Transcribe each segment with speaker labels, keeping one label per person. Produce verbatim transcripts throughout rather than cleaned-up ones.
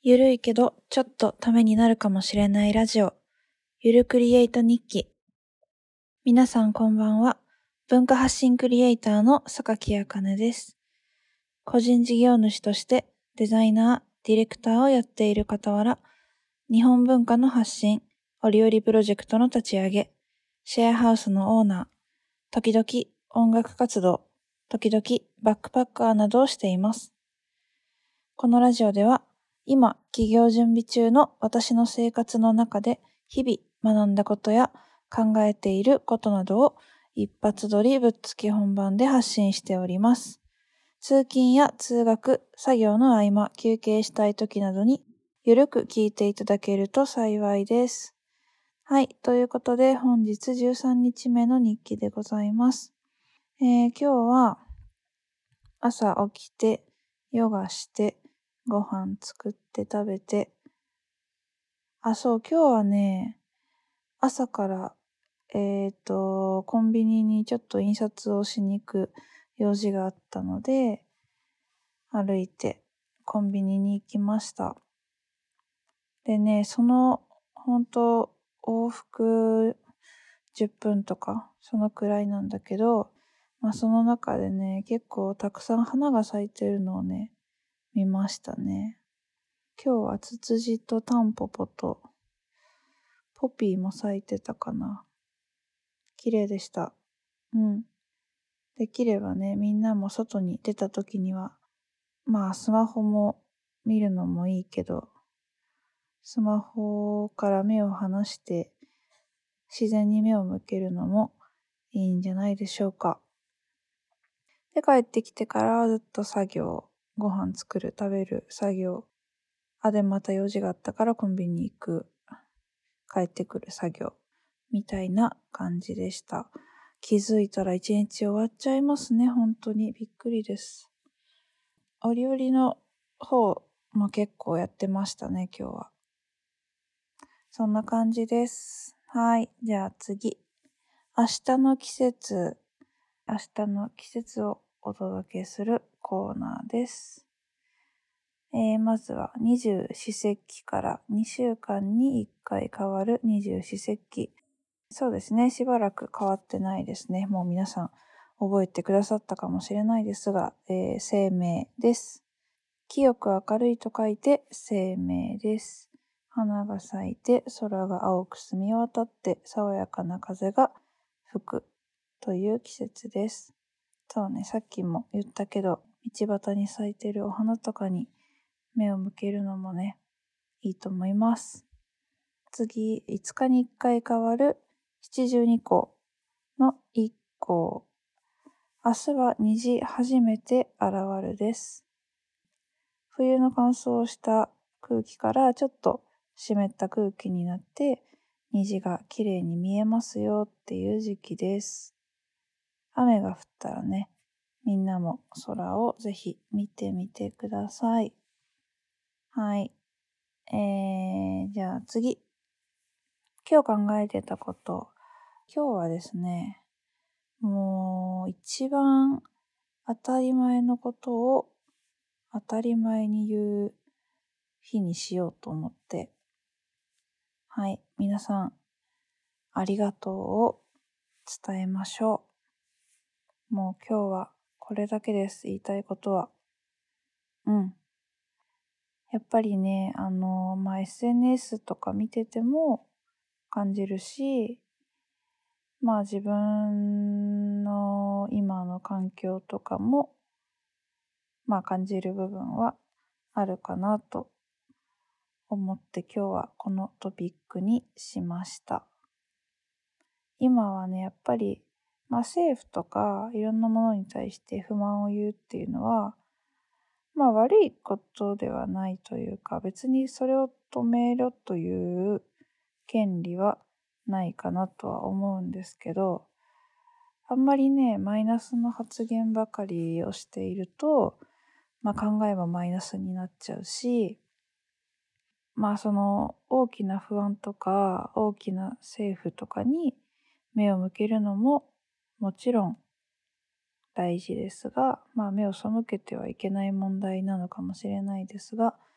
Speaker 1: ゆるいけどちょっとためになるかもしれないラジオ、ゆるクリエイト日記。皆さんこんばんは。文化発信クリエイターの榊あかねです。個人事業主としてデザイナー、ディレクターをやっている傍ら、日本文化の発信、折々プロジェクトの立ち上げ、シェアハウスのオーナー、時々音楽活動、時々バックパッカーなどをしています。このラジオでは、今、起業準備中の私の生活の中で日々学んだことや考えていることなどを一発撮りぶっつけ本番で発信しております。通勤や通学、作業の合間、休憩したい時などにゆるく聞いていただけると幸いです。はい、ということで本日じゅうさんにちめの日記でございます。えー、今日は朝起きてヨガしてご飯作って食べて、あ、そう、今日はね、朝から、えっと、コンビニにちょっと印刷をしに行く用事があったので、歩いてコンビニに行きました。でね、その、ほんと、往復じゅっぷんとか、そのくらいなんだけど、まあその中でね、結構たくさん花が咲いてるのをね、見ましたね。今日はツツジとタンポポとポピーも咲いてたかな。綺麗でした。うん。できればね、みんなも外に出た時には、まあスマホも見るのもいいけど、スマホから目を離して自然に目を向けるのもいいんじゃないでしょうか。で、帰ってきてからずっと作業、ご飯作る、食べる作業。あ、でまた用事があったからコンビニ行く。帰ってくる作業みたいな感じでした。気づいたら一日終わっちゃいますね。本当にびっくりです。折々の方も結構やってましたね、今日は。そんな感じです。はい。じゃあ次。明日の季節。明日の季節をお届けするコーナーです。えー、まずは二十四節気からにしゅうかんにいっかい変わる二十四節気。そうですね。しばらく変わってないですね。もう皆さん覚えてくださったかもしれないですが、えー、生命です。清く明るいと書いて生命です。花が咲いて空が青く澄み渡って爽やかな風が吹くという季節です。そうね、さっきも言ったけど、道端に咲いてるお花とかに目を向けるのもね、いいと思います。次、いつかにいっかい変わる七十二候のいっこう。明日は虹初めて現るです。冬の乾燥した空気からちょっと湿った空気になって虹が綺麗に見えますよっていう時期です。雨が降ったらね、みんなも空をぜひ見てみてください。はい。えー、じゃあ次。今日考えてたこと。今日はですね、もう一番当たり前のことを当たり前に言う日にしようと思って、はい、皆さんありがとうを伝えましょう。もう今日はこれだけです。言いたいことは。うん。やっぱりね、あの、まあ、エスエヌエス とか見てても感じるし、まあ自分の今の環境とかも、まあ感じる部分はあるかなと思って今日はこのトピックにしました。今はね、やっぱり、まあ政府とかいろんなものに対して不満を言うっていうのは、まあ悪いことではないというか、別にそれを止めろという権利はないかなとは思うんですけど、あんまりね、マイナスの発言ばかりをしていると、まあ考えもマイナスになっちゃうし、まあその大きな不安とか大きな政府とかに目を向けるのももちろん大事ですが、まあ目を背けてはいけない問題なのかもしれないですが、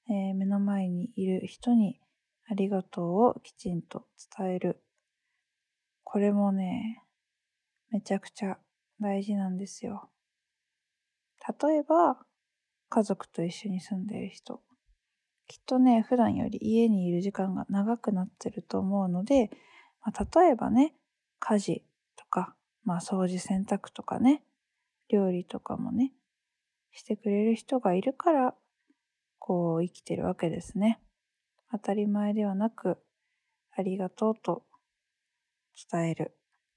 Speaker 1: えー目の前にいる人にありがとうをきちんと伝える。これもね、めちゃくちゃ大事なんですよ。例えば、家族と一緒に住んでいる人。きっとね、普段より家にいる時間が長くなってると思うので、まあ、例えばね、家事とか、まあ、掃除洗濯とかね、料理とかもね、してくれる人がいるから、こう生きてるわけですね。当たり前ではなく、ありがとうと伝える。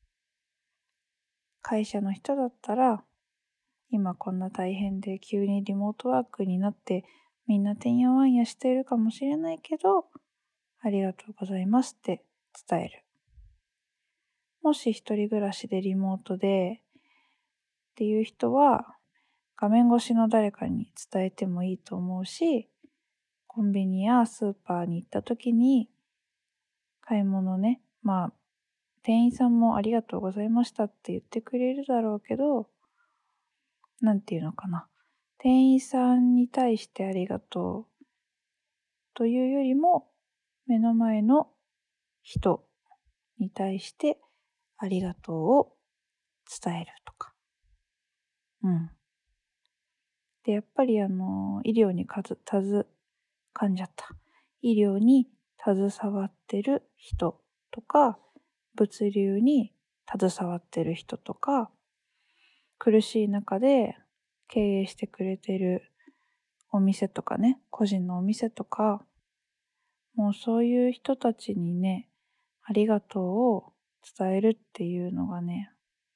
Speaker 1: 会社の人だったら、今こんな大変で急にリモートワークになってみんなてんやわんやしているかもしれないけど、ありがとうございますって伝える。もし一人暮らしでリモートでっていう人は、画面越しの誰かに伝えてもいいと思うし、コンビニやスーパーに行った時に買い物ね、まあ店員さんもありがとうございましたって言ってくれるだろうけど、なんていうのかな。店員さんに対してありがとうというよりも、目の前の人に対してありがとうを伝えるとか。うん。で、やっぱりあの、医療にかず、たず、噛んじゃった。医療に携わってる人とか、物流に携わってる人とか、苦しい中で経営してくれてるお店とかね、個人のお店とか、もうそういう人たちにね、ありがとうを伝えるっていうのがね、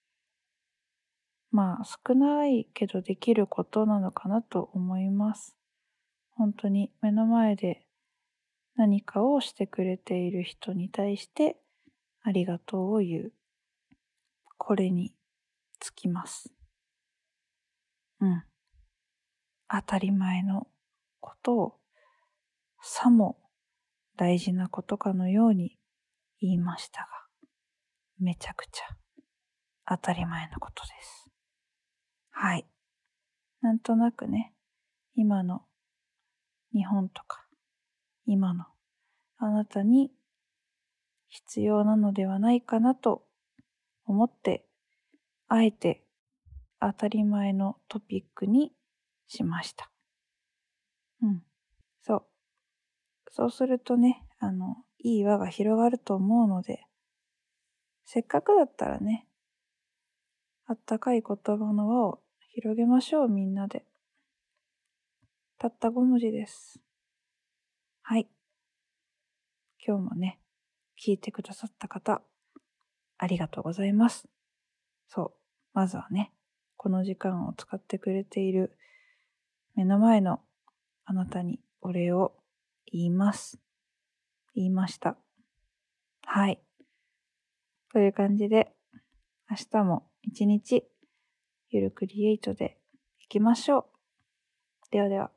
Speaker 1: まあ少ないけどできることなのかなと思います。本当に目の前で何かをしてくれている人に対してありがとうを言う。これにつきます。うん。当たり前のことをさも大事なことかのように言いましたが、めちゃくちゃ当たり前のことです。はい。なんとなくね、今の日本とか、今のあなたに必要なのではないかなと思って、あえて当たり前のトピックにしました。うん。そう。そうするとね、あの、いい輪が広がると思うので、せっかくだったらね、あったかい言葉の輪を広げましょう、みんなで。たったご文字です。はい。今日もね、聞いてくださった方、ありがとうございます。そう。まずはね、この時間を使ってくれている目の前のあなたにお礼を言います。言いました。はい。という感じで、明日も一日ゆるクリエイトでいきましょう。ではでは。